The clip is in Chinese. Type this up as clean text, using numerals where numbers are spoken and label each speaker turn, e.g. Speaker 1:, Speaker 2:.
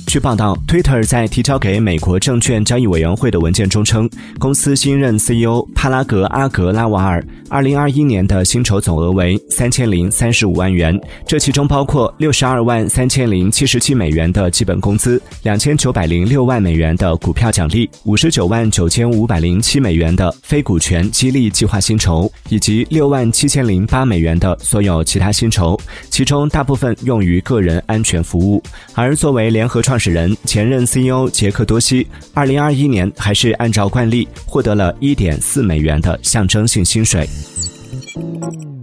Speaker 1: 据报道 ，Twitter 在提交给美国证券交易委员会的文件中称，公司新任 CEO 帕拉格阿格拉瓦尔2021年的薪酬总额为3035万元，这其中包括62万3077美元的基本工资、2906万美元的股票奖励、59万9507美元的非股权激励计划薪酬，以及6万7008美元的所有其他薪酬，其中大部分用于个人安全服务。而作为联合创始人，前任 CEO 杰克多西2021年还是按照惯例获得了1.4美元的象征性薪水。